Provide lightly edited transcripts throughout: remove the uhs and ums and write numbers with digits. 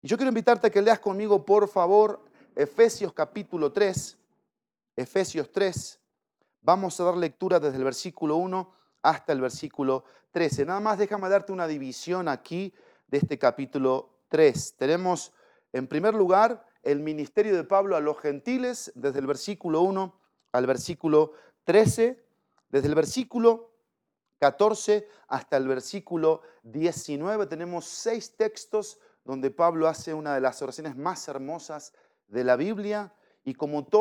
Y yo quiero invitarte a que leas conmigo, por favor, Efesios capítulo 3. Efesios 3. Vamos a dar lectura desde el versículo 1 hasta el versículo 13. Nada más déjame darte una división aquí de este capítulo 3. Tenemos, en primer lugar, el ministerio de Pablo a los gentiles, desde el versículo 1 al versículo 13. Desde el versículo 14 hasta el versículo 19 tenemos 6 textos donde Pablo hace una de las oraciones más hermosas de la Biblia, y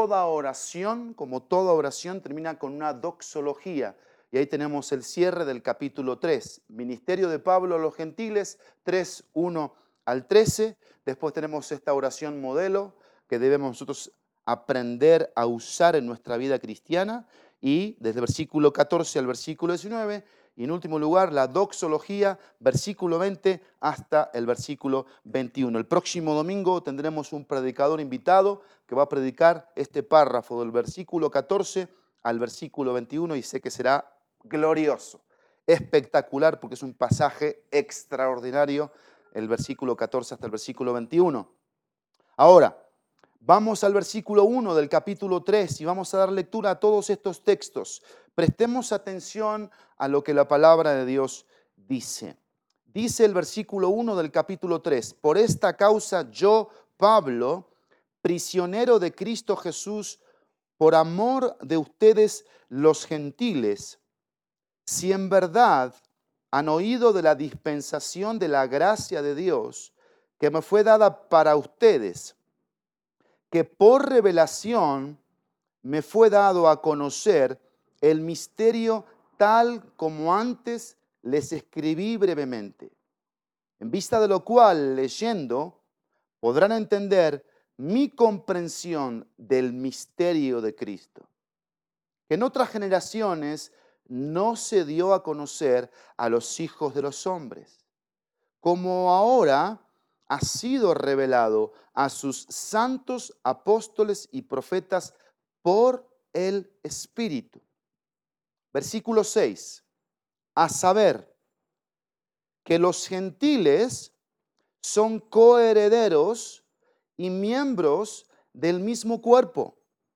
como toda oración termina con una doxología. Y ahí tenemos el cierre del capítulo 3, ministerio de Pablo a los gentiles, 3, 1 al 13. Después tenemos esta oración modelo que debemos nosotros aprender a usar en nuestra vida cristiana, y desde el versículo 14 al versículo 19, y en último lugar la doxología, versículo 20 hasta el versículo 21. El próximo domingo tendremos un predicador invitado que va a predicar este párrafo del versículo 14 al versículo 21, y sé que será glorioso, espectacular, porque es un pasaje extraordinario, el versículo 14 hasta el versículo 21. Ahora, vamos al versículo 1 del capítulo 3 y vamos a dar lectura a todos estos textos. Prestemos atención a lo que la palabra de Dios dice. Dice el versículo 1 del capítulo 3: por esta causa yo, Pablo, prisionero de Cristo Jesús, por amor de ustedes los gentiles, si en verdad han oído de la dispensación de la gracia de Dios que me fue dada para ustedes, que por revelación me fue dado a conocer el misterio tal como antes les escribí brevemente, en vista de lo cual, leyendo, podrán entender mi comprensión del misterio de Cristo, que en otras generaciones no se dio a conocer a los hijos de los hombres, como ahora ha sido revelado a sus santos apóstoles y profetas por el Espíritu. Versículo 6. A saber, que los gentiles son coherederos y miembros del mismo cuerpo,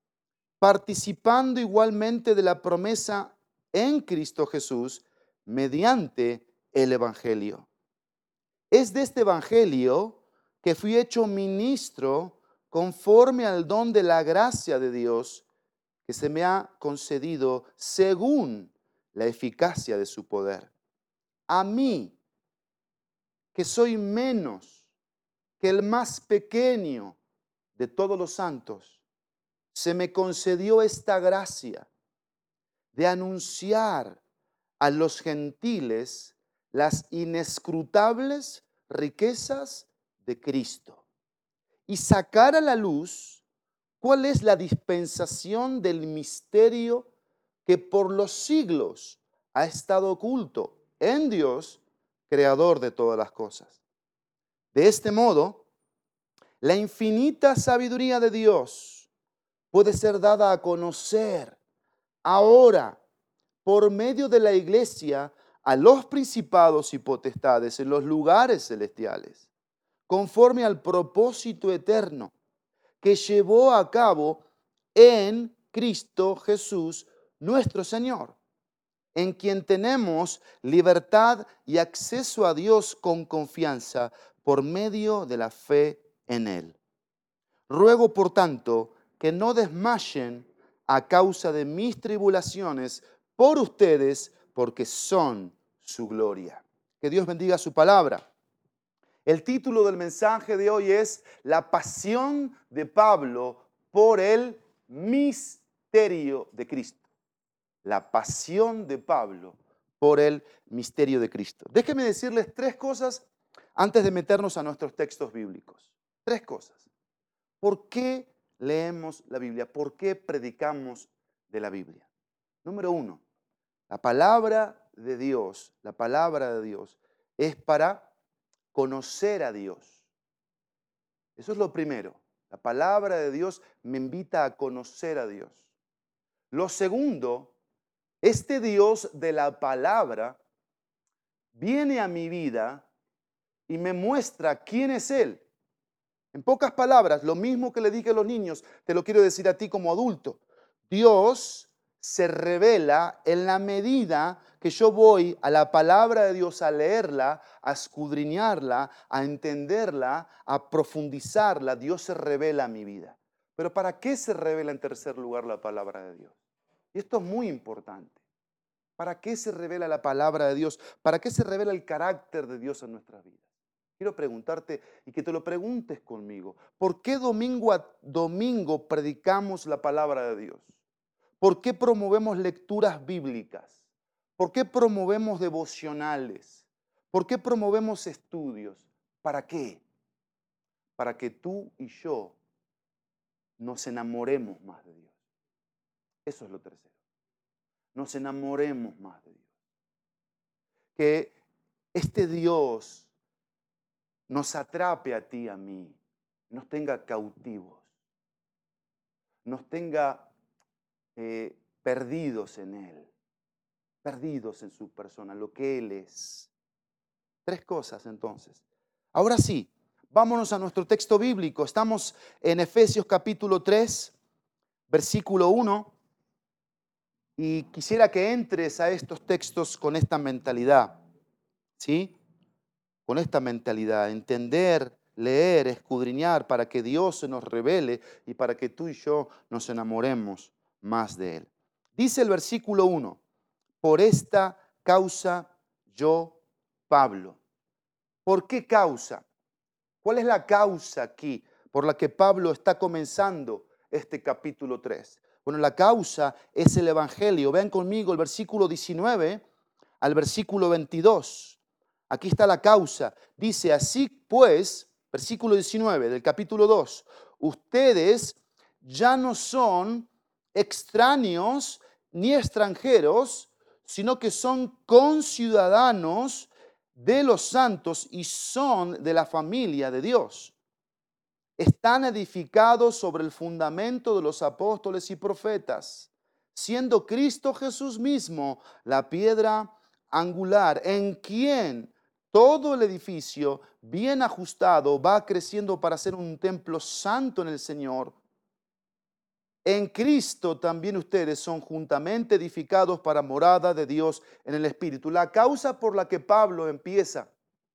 participando igualmente de la promesa en Cristo Jesús mediante el Evangelio. Es de este Evangelio que fui hecho ministro conforme al don de la gracia de Dios que se me ha concedido según la eficacia de su poder. A mí, que soy menos que el más pequeño de todos los santos, se me concedió esta gracia de anunciar a los gentiles las inescrutables riquezas de Cristo y sacar a la luz cuál es la dispensación del misterio que por los siglos ha estado oculto en Dios, creador de todas las cosas. De este modo, la infinita sabiduría de Dios puede ser dada a conocer ahora por medio de la iglesia a los principados y potestades en los lugares celestiales, conforme al propósito eterno que llevó a cabo en Cristo Jesús nuestro Señor, en quien tenemos libertad y acceso a Dios con confianza por medio de la fe en Él. Ruego, por tanto, que no desmayen a causa de mis tribulaciones por ustedes, porque son su gloria. Que Dios bendiga su palabra. El título del mensaje de hoy es La pasión de Pablo por el misterio de Cristo. La pasión de Pablo por el misterio de Cristo. Déjenme decirles 3 cosas antes de meternos a nuestros textos bíblicos. 3 cosas. ¿Por qué leemos la Biblia? ¿Por qué predicamos de la Biblia? Número 1, la palabra de Dios es para conocer a Dios. Eso es lo primero. La palabra de Dios me invita a conocer a Dios. Lo segundo, este Dios de la palabra viene a mi vida y me muestra quién es Él. En pocas palabras, lo mismo que le dije a los niños, te lo quiero decir a ti como adulto. Dios se revela en la medida que yo voy a la palabra de Dios a leerla, a escudriñarla, a entenderla, a profundizarla. Dios se revela a mi vida. Pero ¿para qué se revela en tercer lugar la palabra de Dios? Y esto es muy importante. ¿Para qué se revela la palabra de Dios? ¿Para qué se revela el carácter de Dios en nuestras vidas? Quiero preguntarte y que te lo preguntes conmigo. ¿Por qué domingo a domingo predicamos la palabra de Dios? ¿Por qué promovemos lecturas bíblicas? ¿Por qué promovemos devocionales? ¿Por qué promovemos estudios? ¿Para qué? Para que tú y yo nos enamoremos más de Dios. Eso es lo tercero. Nos enamoremos más de Dios. Que este Dios nos atrape a ti y a mí, nos tenga cautivos, nos tenga perdidos en Él, perdidos en su persona, lo que Él es. Tres cosas entonces. Ahora sí, vámonos a nuestro texto bíblico. Estamos en Efesios capítulo 3, versículo 1. Y quisiera que entres a estos textos con esta mentalidad, ¿sí? Con esta mentalidad, entender, leer, escudriñar para que Dios se nos revele y para que tú y yo nos enamoremos más de Él. Dice el versículo 1, por esta causa yo, Pablo. ¿Por qué causa? ¿Cuál es la causa aquí por la que Pablo está comenzando este capítulo 3? Bueno, la causa es el Evangelio. Vean conmigo el versículo 19 al versículo 22. Aquí está la causa. Dice, así pues, versículo 19 del capítulo 2, ustedes ya no son extraños ni extranjeros, sino que son conciudadanos de los santos y son de la familia de Dios. Están edificados sobre el fundamento de los apóstoles y profetas, siendo Cristo Jesús mismo la piedra angular, en quien todo el edificio bien ajustado va creciendo para ser un templo santo en el Señor. En Cristo también ustedes son juntamente edificados para morada de Dios en el Espíritu. La causa por la que Pablo empieza,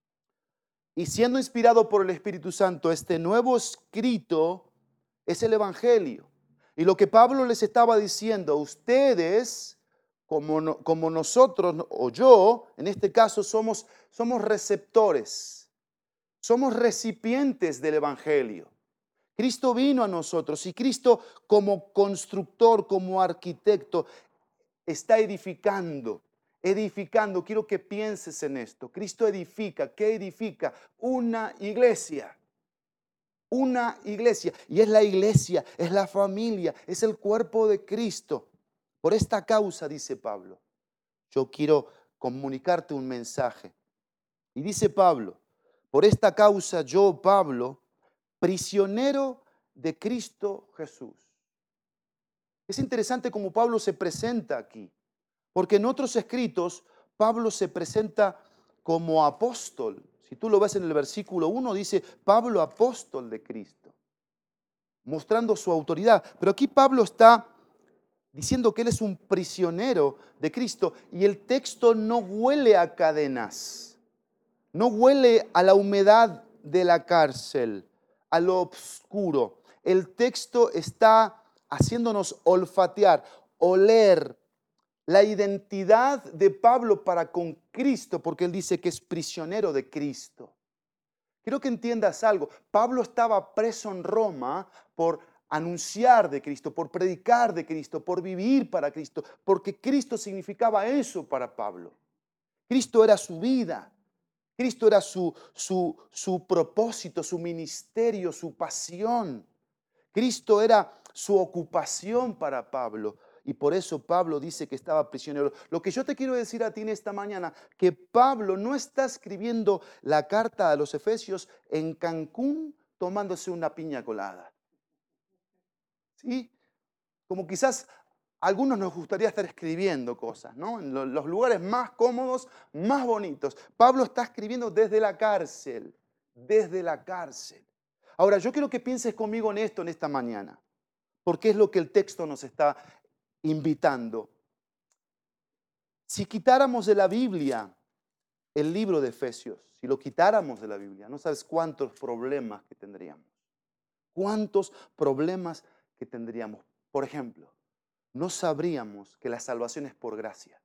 y siendo inspirado por el Espíritu Santo, este nuevo escrito es el Evangelio. Y lo que Pablo les estaba diciendo, ustedes, como nosotros o yo, en este caso, somos receptores, somos recipientes del Evangelio. Cristo vino a nosotros y Cristo como constructor, como arquitecto, está edificando. Edificando, quiero que pienses en esto. Cristo edifica. ¿Qué edifica? Una iglesia. Una iglesia. Y es la iglesia, es la familia, es el cuerpo de Cristo. Por esta causa, dice Pablo, yo quiero comunicarte un mensaje. Y dice Pablo, por esta causa yo, Pablo, prisionero de Cristo Jesús. Es interesante cómo Pablo se presenta aquí. Porque en otros escritos, Pablo se presenta como apóstol. Si tú lo ves en el versículo 1, dice Pablo apóstol de Cristo, mostrando su autoridad. Pero aquí Pablo está diciendo que él es un prisionero de Cristo y el texto no huele a cadenas, no huele a la humedad de la cárcel, a lo oscuro. El texto está haciéndonos olfatear, oler la identidad de Pablo para con Cristo, porque él dice que es prisionero de Cristo. Quiero que entiendas algo. Pablo estaba preso en Roma por anunciar de Cristo, por predicar de Cristo, por vivir para Cristo, porque Cristo significaba eso para Pablo. Cristo era su vida. Cristo era su propósito, su ministerio, su pasión. Cristo era su ocupación para Pablo. Y por eso Pablo dice que estaba prisionero. Lo que yo te quiero decir a ti en esta mañana, que Pablo no está escribiendo la carta a los Efesios en Cancún tomándose una piña colada. ¿Sí? Como quizás a algunos nos gustaría estar escribiendo cosas, ¿no? En los lugares más cómodos, más bonitos. Pablo está escribiendo desde la cárcel, desde la cárcel. Ahora, yo quiero que pienses conmigo en esto en esta mañana, porque es lo que el texto nos está invitando. Si quitáramos de la Biblia el libro de Efesios, si lo quitáramos de la Biblia, no sabes cuántos problemas que tendríamos. Cuántos problemas que tendríamos. Por ejemplo, no sabríamos que la salvación es por gracia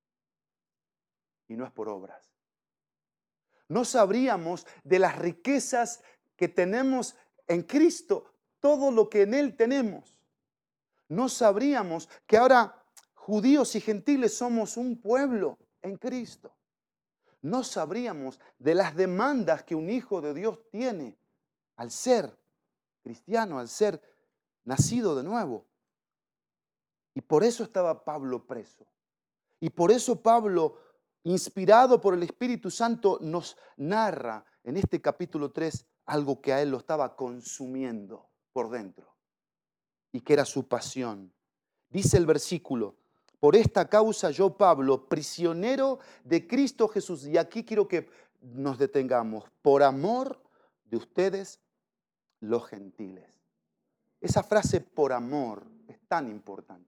y no es por obras. No sabríamos de las riquezas que tenemos en Cristo, todo lo que en Él tenemos. No sabríamos que ahora judíos y gentiles somos un pueblo en Cristo. No sabríamos de las demandas que un hijo de Dios tiene al ser cristiano, al ser nacido de nuevo. Y por eso estaba Pablo preso. Y por eso Pablo, inspirado por el Espíritu Santo, nos narra en este capítulo 3 algo que a él lo estaba consumiendo por dentro y que era su pasión. Dice el versículo: por esta causa yo, Pablo, prisionero de Cristo Jesús. Y aquí quiero que nos detengamos. Por amor de ustedes, los gentiles. Esa frase por amor es tan importante.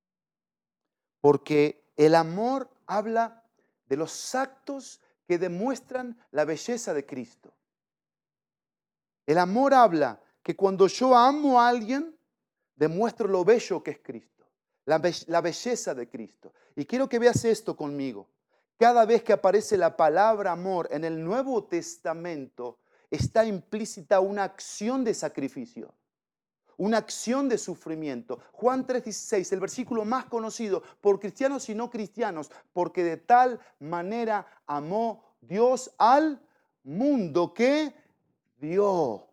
Porque el amor habla de los actos que demuestran la belleza de Cristo. El amor habla que cuando yo amo a alguien, demuestro lo bello que es Cristo, la belleza de Cristo. Y quiero que veas esto conmigo. Cada vez que aparece la palabra amor en el Nuevo Testamento, está implícita una acción de sacrificio. Una acción de sufrimiento. Juan 3:16, el versículo más conocido por cristianos y no cristianos, porque de tal manera amó Dios al mundo que dio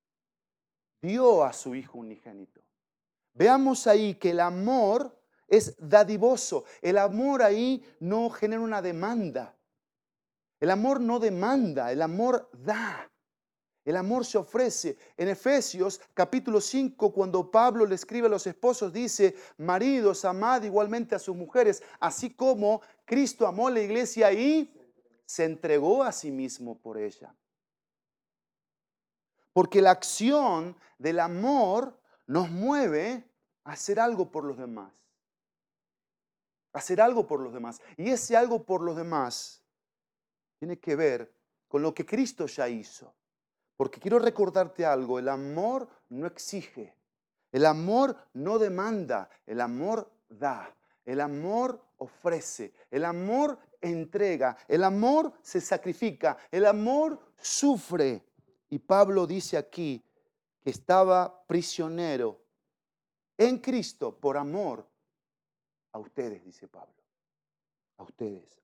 a su Hijo unigénito. Veamos ahí que el amor es dadivoso. El amor ahí no genera una demanda. El amor no demanda, el amor da. El amor se ofrece. En Efesios capítulo 5, cuando Pablo le escribe a los esposos, dice: maridos, amad igualmente a sus mujeres, así como Cristo amó a la iglesia y se entregó a sí mismo por ella. Porque la acción del amor nos mueve a hacer algo por los demás. Hacer algo por los demás. Y ese algo por los demás tiene que ver con lo que Cristo ya hizo. Porque quiero recordarte algo, el amor no exige, el amor no demanda, el amor da, el amor ofrece, el amor entrega, el amor se sacrifica, el amor sufre. Y Pablo dice aquí que estaba prisionero en Cristo por amor a ustedes, dice Pablo, a ustedes.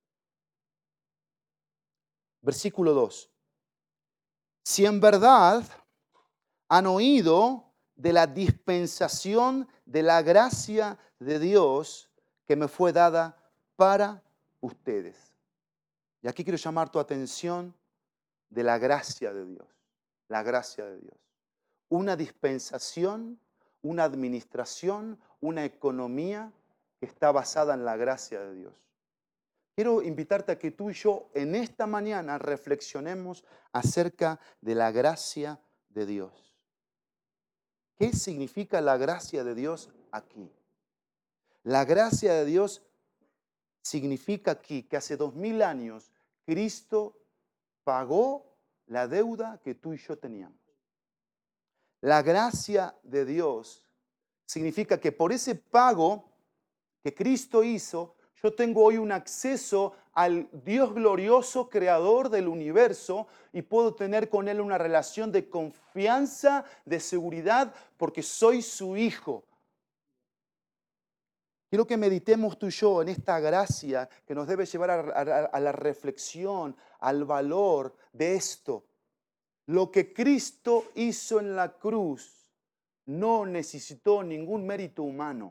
Versículo 2. Si en verdad han oído de la dispensación de la gracia de Dios que me fue dada para ustedes. Y aquí quiero llamar tu atención de la gracia de Dios. La gracia de Dios. Una dispensación, una administración, una economía que está basada en la gracia de Dios. Quiero invitarte a que tú y yo en esta mañana reflexionemos acerca de la gracia de Dios. ¿Qué significa la gracia de Dios aquí? La gracia de Dios significa aquí que hace 2000 años Cristo pagó la deuda que tú y yo teníamos. La gracia de Dios significa que por ese pago que Cristo hizo, yo tengo hoy un acceso al Dios glorioso, creador del universo, y puedo tener con Él una relación de confianza, de seguridad, porque soy su hijo. Quiero que meditemos tú y yo en esta gracia que nos debe llevar a la reflexión, al valor de esto. Lo que Cristo hizo en la cruz no necesitó ningún mérito humano.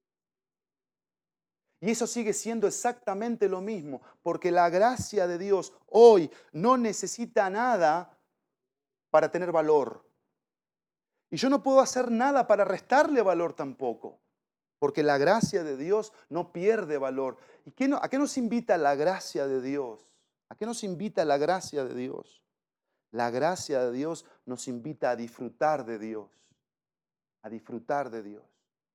Y eso sigue siendo exactamente lo mismo, porque la gracia de Dios hoy no necesita nada para tener valor. Y yo no puedo hacer nada para restarle valor tampoco, porque la gracia de Dios no pierde valor. ¿Y a qué nos invita la gracia de Dios? ¿A qué nos invita la gracia de Dios? La gracia de Dios nos invita a disfrutar de Dios, a disfrutar de Dios.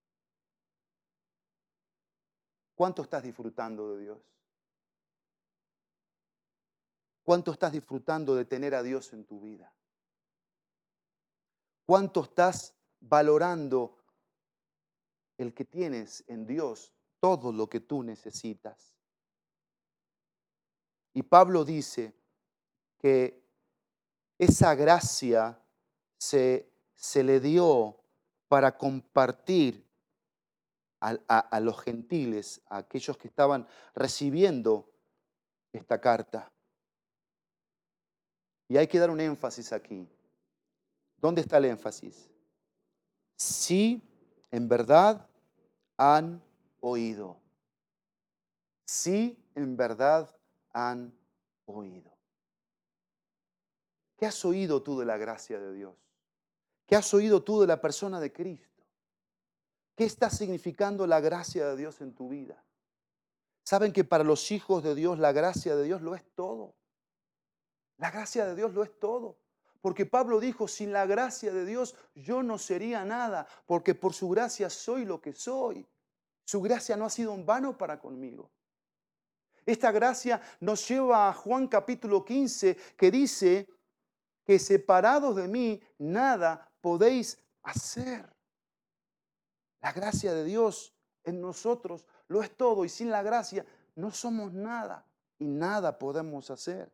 ¿Cuánto estás disfrutando de Dios? ¿Cuánto estás disfrutando de tener a Dios en tu vida? ¿Cuánto estás valorando el que tienes en Dios todo lo que tú necesitas? Y Pablo dice que esa gracia se le dio para compartir a los gentiles, a aquellos que estaban recibiendo esta carta. Y hay que dar un énfasis aquí. ¿Dónde está el énfasis? Si en verdad han oído. Si en verdad han oído. ¿Qué has oído tú de la gracia de Dios? ¿Qué has oído tú de la persona de Cristo? ¿Qué está significando la gracia de Dios en tu vida? ¿Saben que para los hijos de Dios la gracia de Dios lo es todo? La gracia de Dios lo es todo. Porque Pablo dijo, sin la gracia de Dios yo no sería nada, porque por su gracia soy lo que soy. Su gracia no ha sido en vano para conmigo. Esta gracia nos lleva a Juan capítulo 15, que dice que separados de mí nada podéis hacer. La gracia de Dios en nosotros lo es todo, y sin la gracia no somos nada y nada podemos hacer.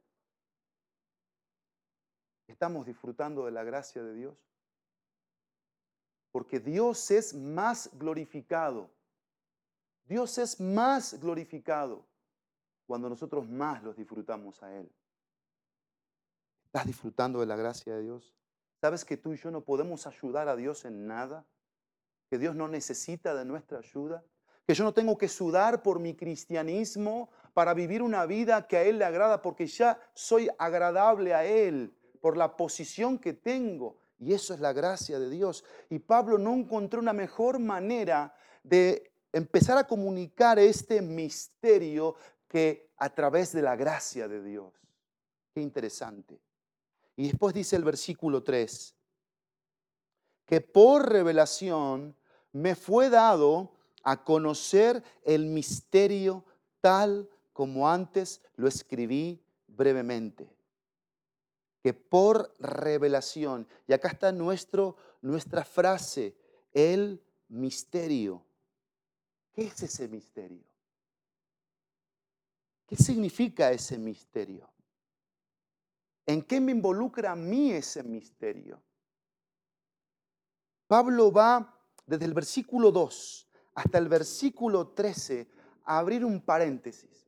¿Estamos disfrutando de la gracia de Dios? Porque Dios es más glorificado. Dios es más glorificado cuando nosotros más los disfrutamos a Él. ¿Estás disfrutando de la gracia de Dios? ¿Sabes que tú y yo no podemos ayudar a Dios en nada? ¿Que Dios no necesita de nuestra ayuda? ¿Que yo no tengo que sudar por mi cristianismo para vivir una vida que a Él le agrada? Porque ya soy agradable a Él por la posición que tengo. Y eso es la gracia de Dios. Y Pablo no encontró una mejor manera de empezar a comunicar este misterio que a través de la gracia de Dios. Qué interesante. Y después dice el versículo 3, que por revelación me fue dado a conocer el misterio tal como antes lo escribí brevemente. Que por revelación, y acá está nuestra frase, el misterio. ¿Qué es ese misterio? ¿Qué significa ese misterio? ¿En qué me involucra a mí ese misterio? Pablo va desde el versículo 2 hasta el versículo 13 a abrir un paréntesis.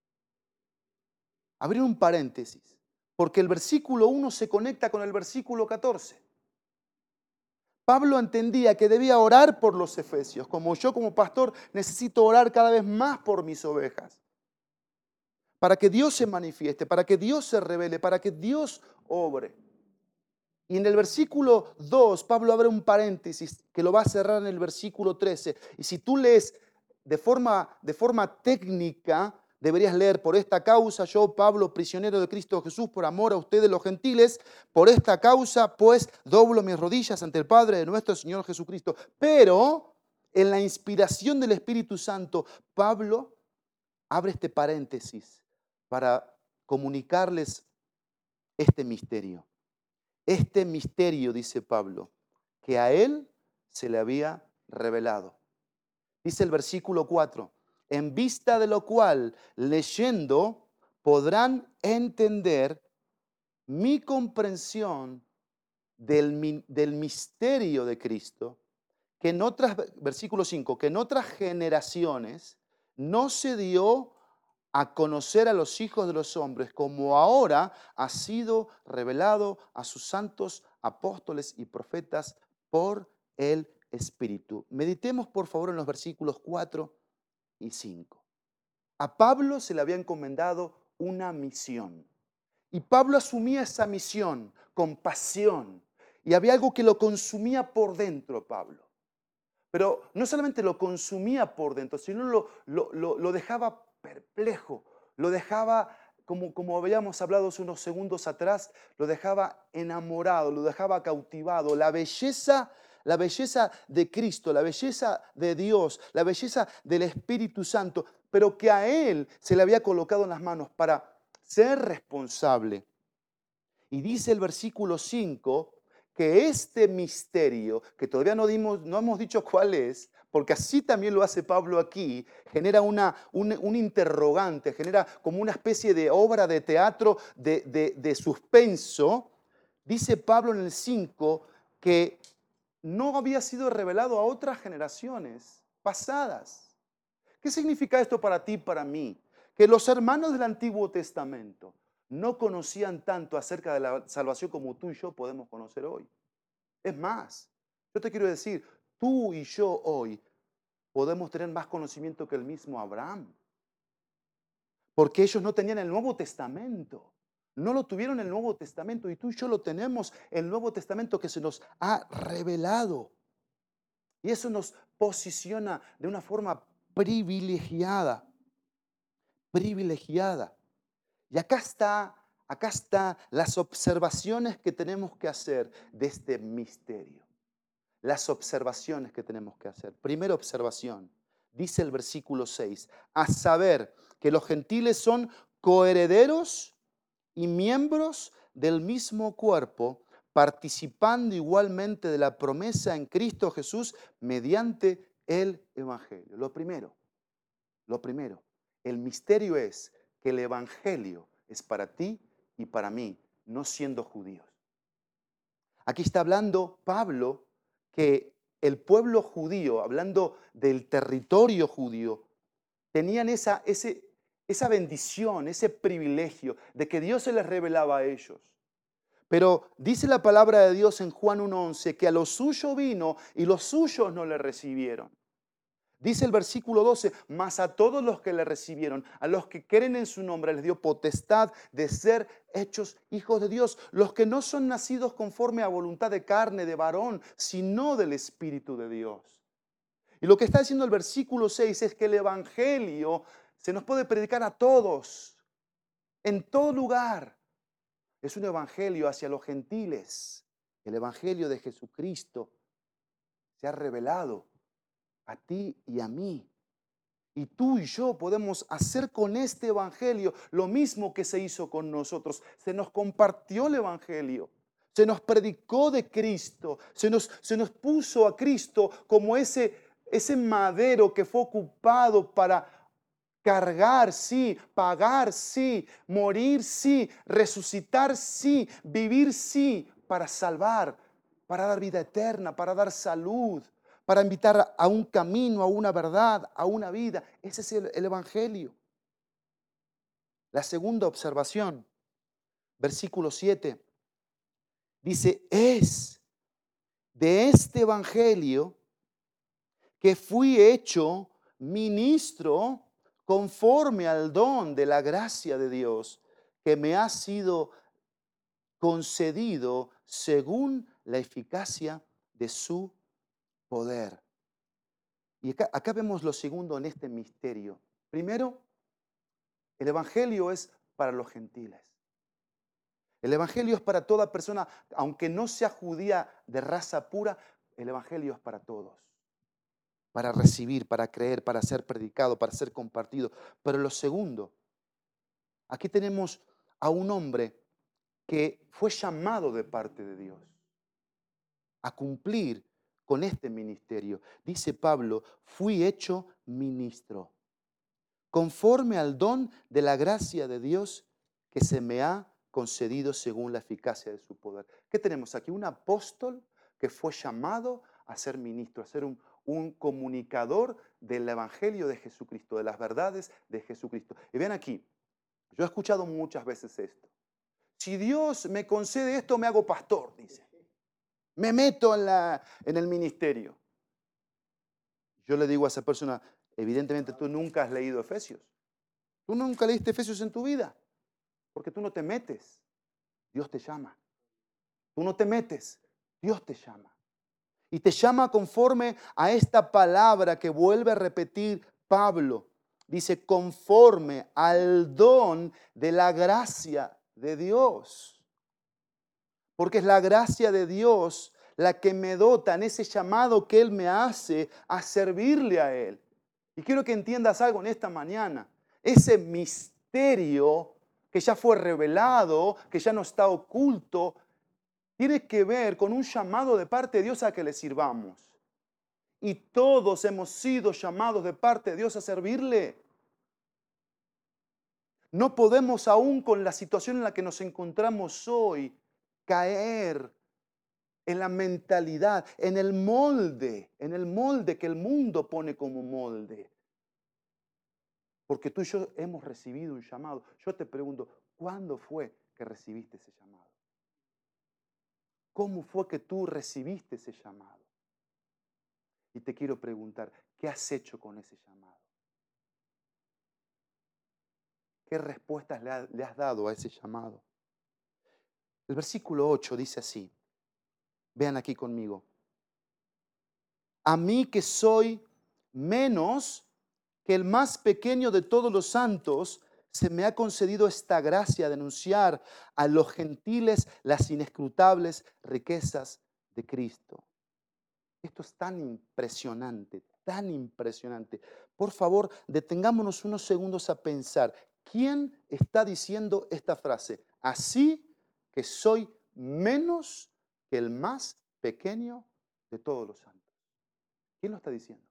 Abrir un paréntesis, porque el versículo 1 se conecta con el versículo 14. Pablo entendía que debía orar por los efesios, como yo como pastor necesito orar cada vez más por mis ovejas, para que Dios se manifieste, para que Dios se revele, para que Dios obre. Y en el versículo 2, Pablo abre un paréntesis que lo va a cerrar en el versículo 13. Y si tú lees de forma técnica, deberías leer: por esta causa yo, Pablo, prisionero de Cristo Jesús, por amor a ustedes los gentiles, por esta causa pues doblo mis rodillas ante el Padre de nuestro Señor Jesucristo. Pero en la inspiración del Espíritu Santo, Pablo abre este paréntesis para comunicarles este misterio. Este misterio, dice Pablo, que a él se le había revelado. Dice el versículo 4, en vista de lo cual, leyendo, podrán entender mi comprensión del misterio de Cristo, que en otras, versículo 5, que en otras generaciones no se dio a conocer a los hijos de los hombres, como ahora ha sido revelado a sus santos apóstoles y profetas por el Espíritu. Meditemos por favor en los versículos 4 y 5. A Pablo se le había encomendado una misión. Y Pablo asumía esa misión con pasión. Y había algo que lo consumía por dentro, Pablo. Pero no solamente lo consumía por dentro, sino lo dejaba perplejo, lo dejaba como habíamos hablado hace unos segundos atrás, lo dejaba enamorado, lo dejaba cautivado. La belleza de Cristo, la belleza de Dios, la belleza del Espíritu Santo, pero que a él se le había colocado en las manos para ser responsable. Y dice el versículo 5 que este misterio, que todavía no hemos dicho cuál es, porque así también lo hace Pablo aquí, genera un interrogante, genera como una especie de obra de teatro de suspenso. Dice Pablo en el 5 que no había sido revelado a otras generaciones pasadas. ¿Qué significa esto para ti y para mí? Que los hermanos del Antiguo Testamento no conocían tanto acerca de la salvación como tú y yo podemos conocer hoy. Es más, yo te quiero decir, tú y yo hoy podemos tener más conocimiento que el mismo Abraham, porque ellos no tenían el Nuevo Testamento. No lo tuvieron en el Nuevo Testamento y tú y yo lo tenemos en el Nuevo Testamento que se nos ha revelado. Y eso nos posiciona de una forma privilegiada. Privilegiada. Y acá está las observaciones que tenemos que hacer de este misterio. Las observaciones que tenemos que hacer. Primera observación, dice el versículo 6, a saber que los gentiles son coherederos y miembros del mismo cuerpo, participando igualmente de la promesa en Cristo Jesús mediante el Evangelio. Lo primero, el misterio es que el Evangelio es para ti y para mí, no siendo judíos. Aquí está hablando Pablo que el pueblo judío, hablando del territorio judío, tenían esa bendición, ese privilegio de que Dios se les revelaba a ellos. Pero dice la palabra de Dios en Juan 1:11 que a los suyos vino y los suyos no le recibieron. Dice el versículo 12, mas a todos los que le recibieron, a los que creen en su nombre, les dio potestad de ser hechos hijos de Dios, los que no son nacidos conforme a voluntad de carne, de varón, sino del Espíritu de Dios. Y lo que está diciendo el versículo 6 es que el Evangelio se nos puede predicar a todos, en todo lugar. Es un Evangelio hacia los gentiles. El Evangelio de Jesucristo se ha revelado a ti y a mí. Y tú y yo podemos hacer con este Evangelio lo mismo que se hizo con nosotros. Se nos compartió el Evangelio. Se nos predicó de Cristo. Se nos puso a Cristo como ese madero que fue ocupado para cargar, sí, pagar, sí, morir, sí, resucitar, sí, vivir, sí, para salvar, para dar vida eterna, para dar salud, para invitar a un camino, a una verdad, a una vida. Ese es el Evangelio. La segunda observación, versículo 7, dice, es de este Evangelio que fui hecho ministro conforme al don de la gracia de Dios que me ha sido concedido según la eficacia de su poder. Y acá vemos lo segundo en este misterio. Primero, el Evangelio es para los gentiles. El Evangelio es para toda persona, aunque no sea judía de raza pura, el Evangelio es para todos. Para recibir, para creer, para ser predicado, para ser compartido. Pero lo segundo, aquí tenemos a un hombre que fue llamado de parte de Dios a cumplir con este ministerio. Dice Pablo, fui hecho ministro, conforme al don de la gracia de Dios que se me ha concedido según la eficacia de su poder. ¿Qué tenemos aquí? Un apóstol que fue llamado a ser ministro, a ser un comunicador del Evangelio de Jesucristo, de las verdades de Jesucristo. Y vean aquí, yo he escuchado muchas veces esto. Si Dios me concede esto, me hago pastor, dice. Me meto en el ministerio. Yo le digo a esa persona, evidentemente tú nunca has leído Efesios. Tú nunca leíste Efesios en tu vida, porque tú no te metes. Dios te llama. Tú no te metes, Dios te llama. Y te llama conforme a esta palabra que vuelve a repetir Pablo. Dice, conforme al don de la gracia de Dios. Porque es la gracia de Dios la que me dota en ese llamado que Él me hace a servirle a Él. Y quiero que entiendas algo en esta mañana. Ese misterio que ya fue revelado, que ya no está oculto, tiene que ver con un llamado de parte de Dios a que le sirvamos. Y todos hemos sido llamados de parte de Dios a servirle. No podemos, aún con la situación en la que nos encontramos hoy, caer en la mentalidad, en el molde que el mundo pone como molde. Porque tú y yo hemos recibido un llamado. Yo te pregunto, ¿cuándo fue que recibiste ese llamado? ¿Cómo fue que tú recibiste ese llamado? Y te quiero preguntar, ¿qué has hecho con ese llamado? ¿Qué respuestas le has dado a ese llamado? El versículo 8 dice así, vean aquí conmigo. A mí que soy menos que el más pequeño de todos los santos, se me ha concedido esta gracia de anunciar a los gentiles las inescrutables riquezas de Cristo. Esto es tan impresionante, tan impresionante. Por favor, detengámonos unos segundos a pensar, ¿quién está diciendo esta frase? Así que soy menos que el más pequeño de todos los santos. ¿Quién lo está diciendo?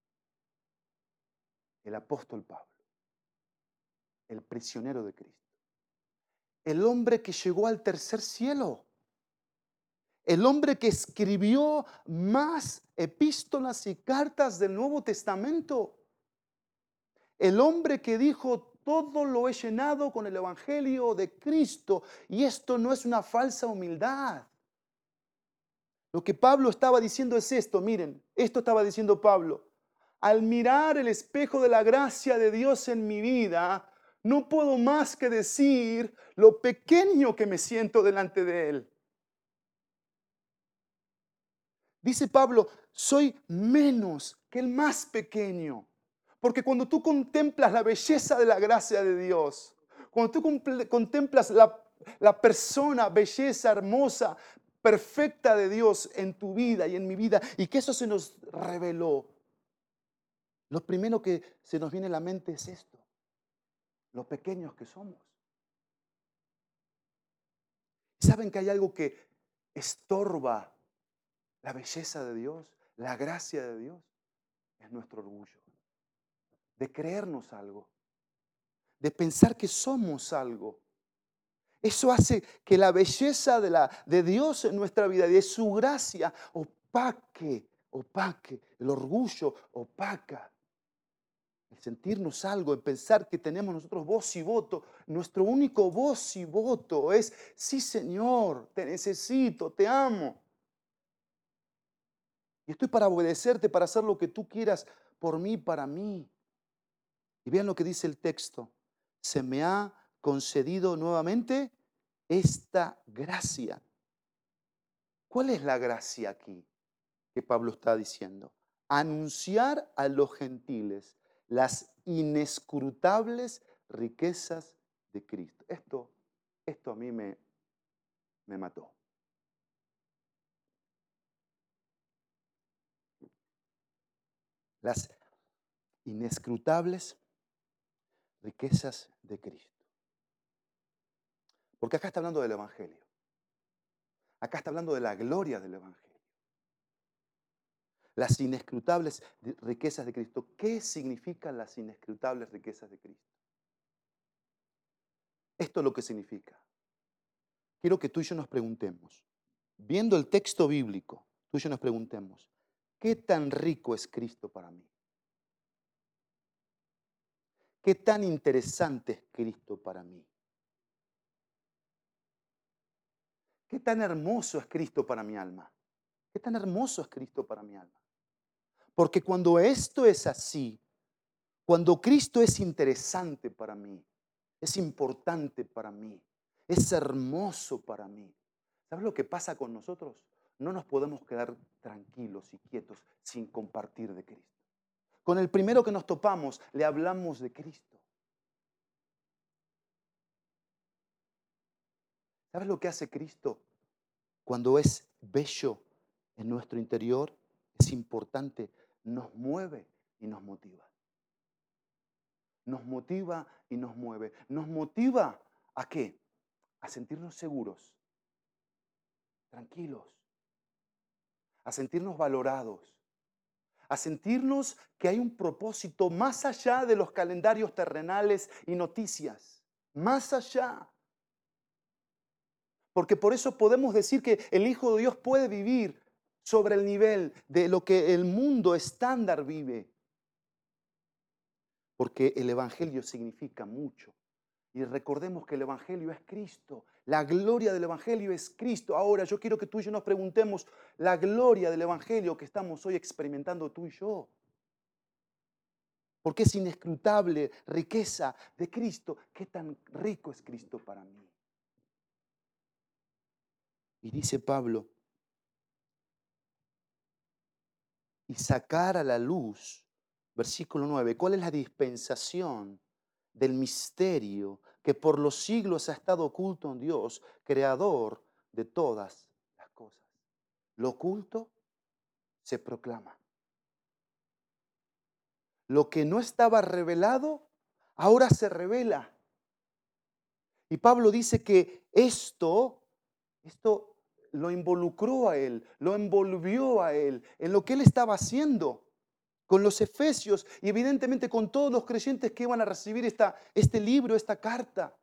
El apóstol Pablo, el prisionero de Cristo. El hombre que llegó al tercer cielo. El hombre que escribió más epístolas y cartas del Nuevo Testamento. El hombre que dijo, todo lo he llenado con el Evangelio de Cristo. Y esto no es una falsa humildad. Lo que Pablo estaba diciendo es esto, miren, esto estaba diciendo Pablo. Al mirar el espejo de la gracia de Dios en mi vida, no puedo más que decir lo pequeño que me siento delante de Él. Dice Pablo, soy menos que el más pequeño. Porque cuando tú contemplas la belleza de la gracia de Dios, cuando tú contemplas la persona, belleza, hermosa, perfecta de Dios en tu vida y en mi vida, y que eso se nos reveló, lo primero que se nos viene a la mente es esto, lo pequeños que somos. ¿Saben que hay algo que estorba la belleza de Dios, la gracia de Dios? Es nuestro orgullo, de creernos algo, de pensar que somos algo. Eso hace que la belleza de Dios en nuestra vida, de su gracia, opaque, el orgullo opaca. El sentirnos algo, el pensar que tenemos nosotros voz y voto. Nuestro único voz y voto es, sí Señor, te necesito, te amo. Y estoy para obedecerte, para hacer lo que tú quieras por mí, para mí. Y vean lo que dice el texto. Se me ha concedido nuevamente esta gracia. ¿Cuál es la gracia aquí que Pablo está diciendo? Anunciar a los gentiles las inescrutables riquezas de Cristo. Esto a mí me mató. Las inescrutables riquezas de Cristo. Porque acá está hablando del Evangelio. Acá está hablando de la gloria del Evangelio. Las inescrutables riquezas de Cristo. ¿Qué significan las inescrutables riquezas de Cristo? Esto es lo que significa. Quiero que tú y yo nos preguntemos, viendo el texto bíblico, tú y yo nos preguntemos, ¿qué tan rico es Cristo para mí? ¿Qué tan interesante es Cristo para mí? ¿Qué tan hermoso es Cristo para mi alma? ¿Qué tan hermoso es Cristo para mi alma? Porque cuando esto es así, cuando Cristo es interesante para mí, es importante para mí, es hermoso para mí, ¿sabes lo que pasa con nosotros? No nos podemos quedar tranquilos y quietos sin compartir de Cristo. Con el primero que nos topamos, le hablamos de Cristo. ¿Sabes lo que hace Cristo cuando es bello en nuestro interior? Es importante, nos mueve y nos motiva. Nos motiva y nos mueve. ¿Nos motiva a qué? A sentirnos seguros, tranquilos, a sentirnos valorados, a sentirnos que hay un propósito más allá de los calendarios terrenales y noticias, más allá. Porque por eso podemos decir que el Hijo de Dios puede vivir sobre el nivel de lo que el mundo estándar vive. Porque el Evangelio significa mucho. Y recordemos que el Evangelio es Cristo. La gloria del Evangelio es Cristo. Ahora yo quiero que tú y yo nos preguntemos la gloria del Evangelio que estamos hoy experimentando tú y yo. Porque es inescrutable riqueza de Cristo. ¿Qué tan rico es Cristo para mí? Y dice Pablo, y sacar a la luz, versículo 9, ¿cuál es la dispensación del misterio que por los siglos ha estado oculto en Dios, creador de todas las cosas? Lo oculto se proclama. Lo que no estaba revelado, ahora se revela. Y Pablo dice que esto lo involucró a él, lo envolvió a él en lo que él estaba haciendo con los efesios y evidentemente con todos los creyentes que iban a recibir este libro, esta carta.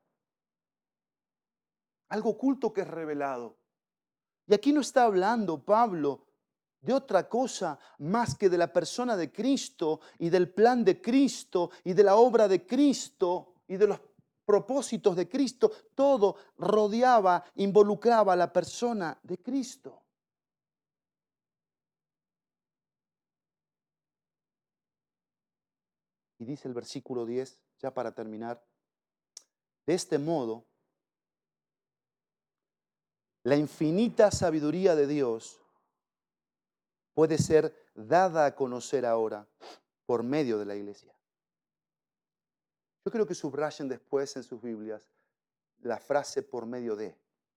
Algo oculto que es revelado. Y aquí no está hablando Pablo de otra cosa más que de la persona de Cristo y del plan de Cristo y de la obra de Cristo y de los propósitos de Cristo. Todo rodeaba, involucraba a la persona de Cristo. Y dice el versículo 10, ya para terminar, de este modo, la infinita sabiduría de Dios puede ser dada a conocer ahora por medio de la iglesia. Yo creo que subrayen después en sus Biblias la frase por medio de.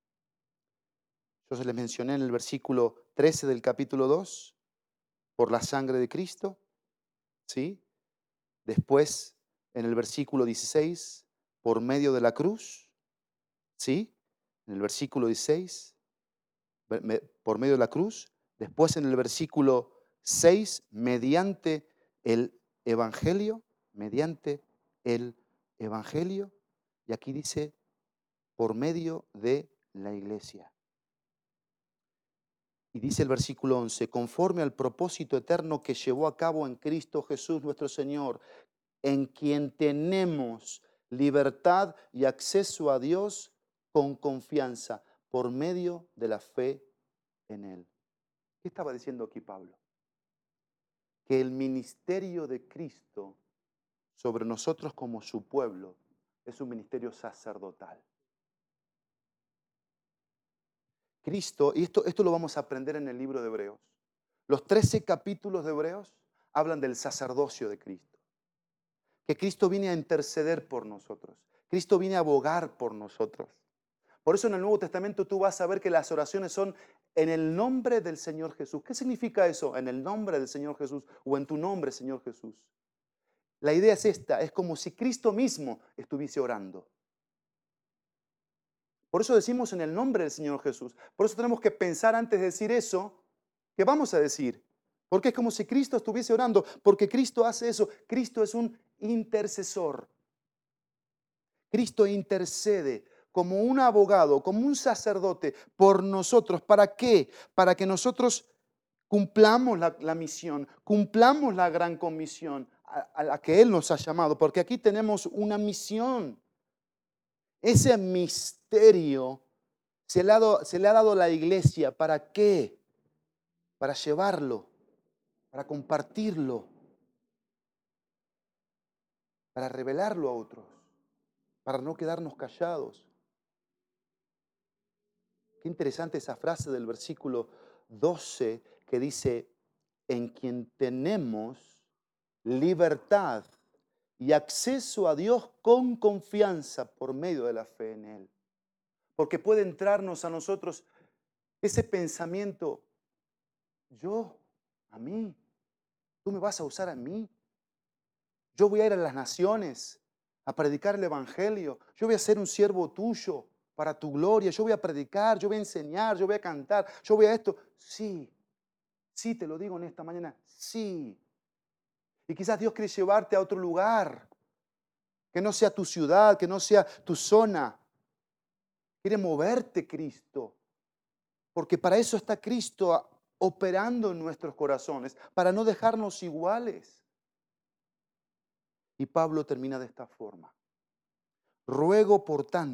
Yo se les mencioné en el versículo 13 del capítulo 2, por la sangre de Cristo, ¿sí? Después, en el versículo 16, por medio de la cruz, ¿sí? En el versículo 16, por medio de la cruz. Después, en el versículo 6, mediante el Evangelio, mediante el Evangelio. Y aquí dice, por medio de la iglesia. Y dice el versículo 11, conforme al propósito eterno que llevó a cabo en Cristo Jesús nuestro Señor, en quien tenemos libertad y acceso a Dios con confianza por medio de la fe en Él. ¿Qué estaba diciendo aquí Pablo? Que el ministerio de Cristo sobre nosotros como su pueblo es un ministerio sacerdotal. Cristo, y esto lo vamos a aprender en el libro de Hebreos. Los 13 capítulos de Hebreos hablan del sacerdocio de Cristo. Que Cristo viene a interceder por nosotros. Cristo viene a abogar por nosotros. Por eso en el Nuevo Testamento tú vas a ver que las oraciones son en el nombre del Señor Jesús. ¿Qué significa eso? En el nombre del Señor Jesús o en tu nombre, Señor Jesús. La idea es esta, es como si Cristo mismo estuviese orando. Por eso decimos en el nombre del Señor Jesús. Por eso tenemos que pensar antes de decir eso, ¿qué vamos a decir? Porque es como si Cristo estuviese orando, porque Cristo hace eso. Cristo es un intercesor. Cristo intercede como un abogado, como un sacerdote por nosotros. ¿Para qué? Para que nosotros cumplamos la misión, cumplamos la gran comisión a la que Él nos ha llamado. Porque aquí tenemos una misión. Ese misterio se le ha dado a la iglesia. ¿Para qué? Para llevarlo, para compartirlo, para revelarlo a otros, para no quedarnos callados. Qué interesante esa frase del versículo 12 que dice, en quien tenemos libertad y acceso a Dios con confianza por medio de la fe en Él. Porque puede entrarnos a nosotros ese pensamiento, yo, a mí, tú me vas a usar a mí. Yo voy a ir a las naciones a predicar el Evangelio. Yo voy a ser un siervo tuyo para tu gloria. Yo voy a predicar, yo voy a enseñar, yo voy a cantar, yo voy a esto. Sí, sí, te lo digo en esta mañana, sí. Y quizás Dios quiere llevarte a otro lugar, que no sea tu ciudad, que no sea tu zona. Quiere moverte Cristo, porque para eso está Cristo operando en nuestros corazones, para no dejarnos iguales. Y Pablo termina de esta forma. Ruego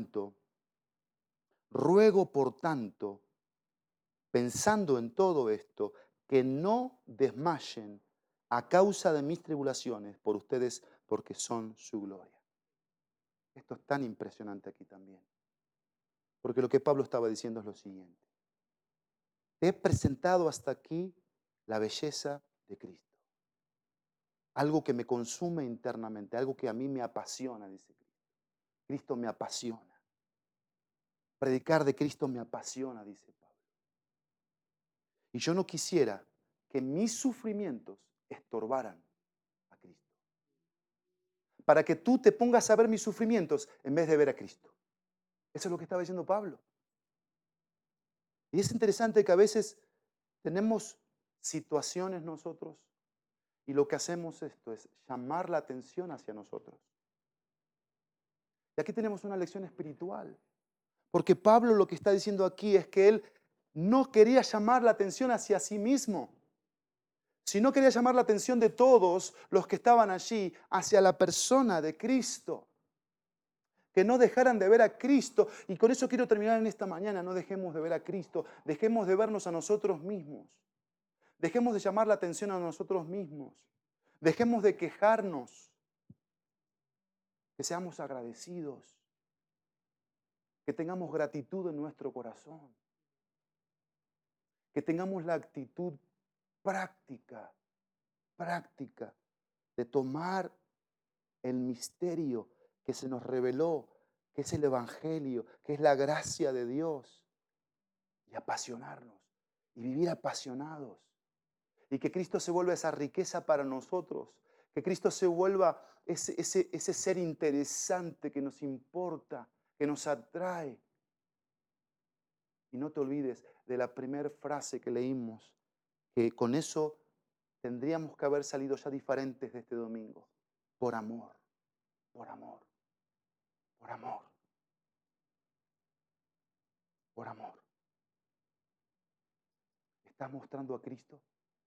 por tanto, pensando en todo esto, que no desmayen a causa de mis tribulaciones por ustedes, porque son su gloria. Esto es tan impresionante aquí también. Porque lo que Pablo estaba diciendo es lo siguiente. Te he presentado hasta aquí la belleza de Cristo. Algo que me consume internamente, algo que a mí me apasiona, dice Cristo. Cristo me apasiona. Predicar de Cristo me apasiona, dice Pablo. Y yo no quisiera que mis sufrimientos estorbaran a Cristo. Para que tú te pongas a ver mis sufrimientos en vez de ver a Cristo. Eso es lo que estaba diciendo Pablo. Y es interesante que a veces tenemos situaciones nosotros y lo que hacemos esto es llamar la atención hacia nosotros. Y aquí tenemos una lección espiritual. Porque Pablo lo que está diciendo aquí es que él no quería llamar la atención hacia sí mismo, sino quería llamar la atención de todos los que estaban allí hacia la persona de Cristo. Que no dejaran de ver a Cristo. Y con eso quiero terminar en esta mañana. No dejemos de ver a Cristo. Dejemos de vernos a nosotros mismos. Dejemos de llamar la atención a nosotros mismos. Dejemos de quejarnos. Que seamos agradecidos. Que tengamos gratitud en nuestro corazón. Que tengamos la actitud práctica de tomar el misterio que se nos reveló, que es el Evangelio, que es la gracia de Dios, y apasionarnos, y vivir apasionados, y que Cristo se vuelva esa riqueza para nosotros, que Cristo se vuelva ese ser interesante que nos importa, que nos atrae. Y no te olvides de la primera frase que leímos, que con eso tendríamos que haber salido ya diferentes de este domingo. Por amor, por amor, por amor, por amor. ¿Estás mostrando a Cristo?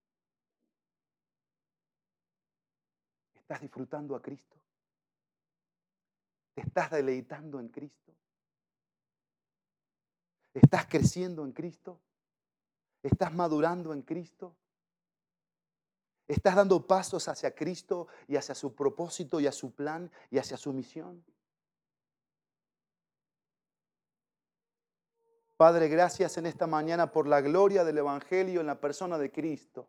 ¿Estás disfrutando a Cristo? ¿Te estás deleitando en Cristo? ¿Estás creciendo en Cristo? ¿Estás madurando en Cristo? ¿Estás dando pasos hacia Cristo y hacia su propósito y a su plan y hacia su misión? Padre, gracias en esta mañana por la gloria del Evangelio en la persona de Cristo.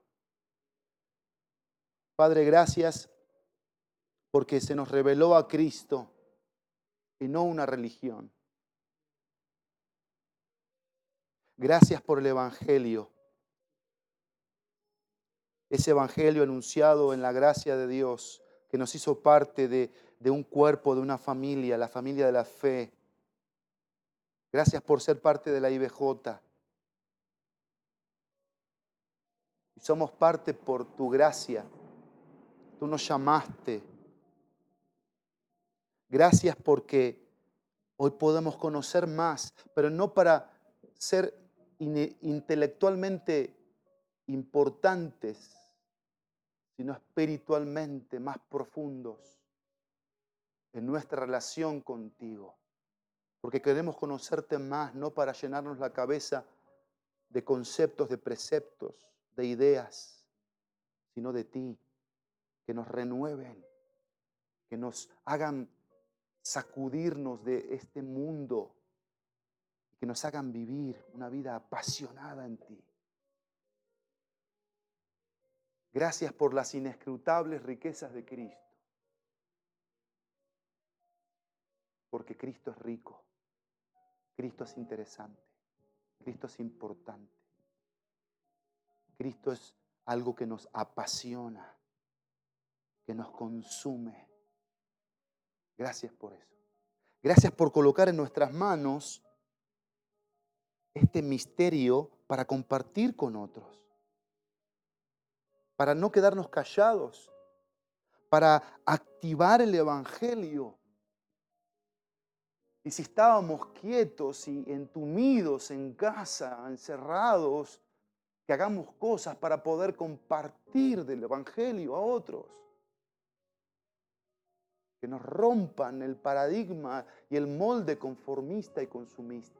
Padre, gracias porque se nos reveló a Cristo y no una religión. Gracias por el Evangelio. Ese Evangelio anunciado en la gracia de Dios, que nos hizo parte de un cuerpo, de una familia, la familia de la fe. Gracias por ser parte de la IBJ. Y somos parte por tu gracia. Tú nos llamaste. Gracias porque hoy podemos conocer más, pero no para ser intelectualmente importantes, sino espiritualmente más profundos en nuestra relación contigo. Porque queremos conocerte más, no para llenarnos la cabeza de conceptos, de preceptos, de ideas, sino de ti, que nos renueven, que nos hagan sacudirnos de este mundo, que nos hagan vivir una vida apasionada en ti. Gracias por las inescrutables riquezas de Cristo. Porque Cristo es rico, Cristo es interesante, Cristo es importante. Cristo es algo que nos apasiona, que nos consume. Gracias por eso. Gracias por colocar en nuestras manos este misterio para compartir con otros, para no quedarnos callados, para activar el Evangelio. Y si estábamos quietos y entumidos en casa, encerrados, que hagamos cosas para poder compartir del Evangelio a otros. Que nos rompan el paradigma y el molde conformista y consumista.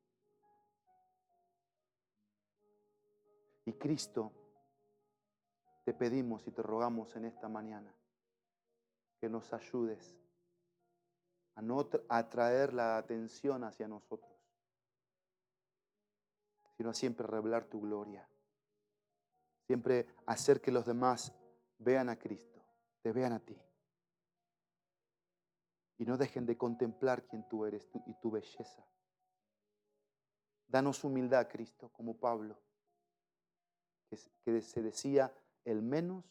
Y Cristo, te pedimos y te rogamos en esta mañana que nos ayudes a no atraer la atención hacia nosotros, sino a siempre revelar tu gloria. Siempre hacer que los demás vean a Cristo, te vean a ti. Y no dejen de contemplar quién tú eres y tu belleza. Danos humildad, Cristo, como Pablo, que se decía el menos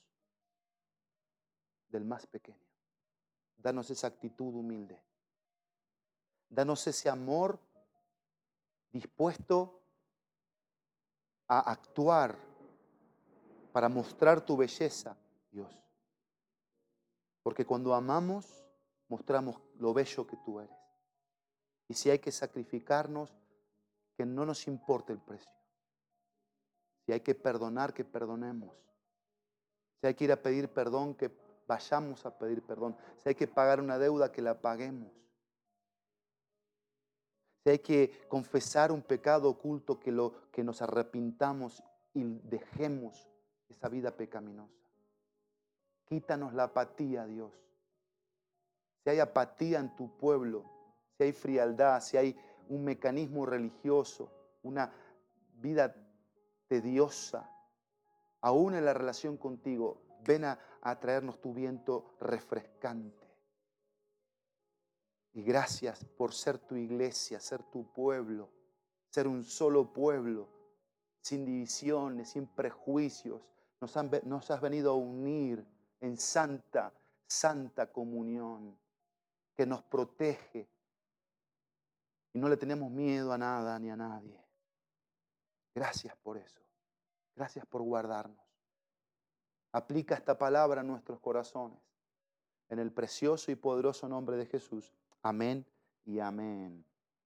del más pequeño. Danos esa actitud humilde. Danos ese amor dispuesto a actuar para mostrar tu belleza, Dios. Porque cuando amamos, mostramos lo bello que tú eres. Y si hay que sacrificarnos, que no nos importe el precio. Si hay que perdonar, que perdonemos. Si hay que ir a pedir perdón, que vayamos a pedir perdón. Si hay que pagar una deuda, que la paguemos. Si hay que confesar un pecado oculto, que nos arrepintamos y dejemos esa vida pecaminosa. Quítanos la apatía, Dios. Si hay apatía en tu pueblo, si hay frialdad, si hay un mecanismo religioso, una vida tediosa, aún en la relación contigo, ven a traernos tu viento refrescante. Y gracias por ser tu iglesia, ser tu pueblo, ser un solo pueblo, sin divisiones, sin prejuicios. Nos has venido a unir en santa comunión que nos protege y no le tenemos miedo a nada ni a nadie. Gracias por eso. Gracias por guardarnos. Aplica esta palabra a nuestros corazones. En el precioso y poderoso nombre de Jesús. Amén y amén.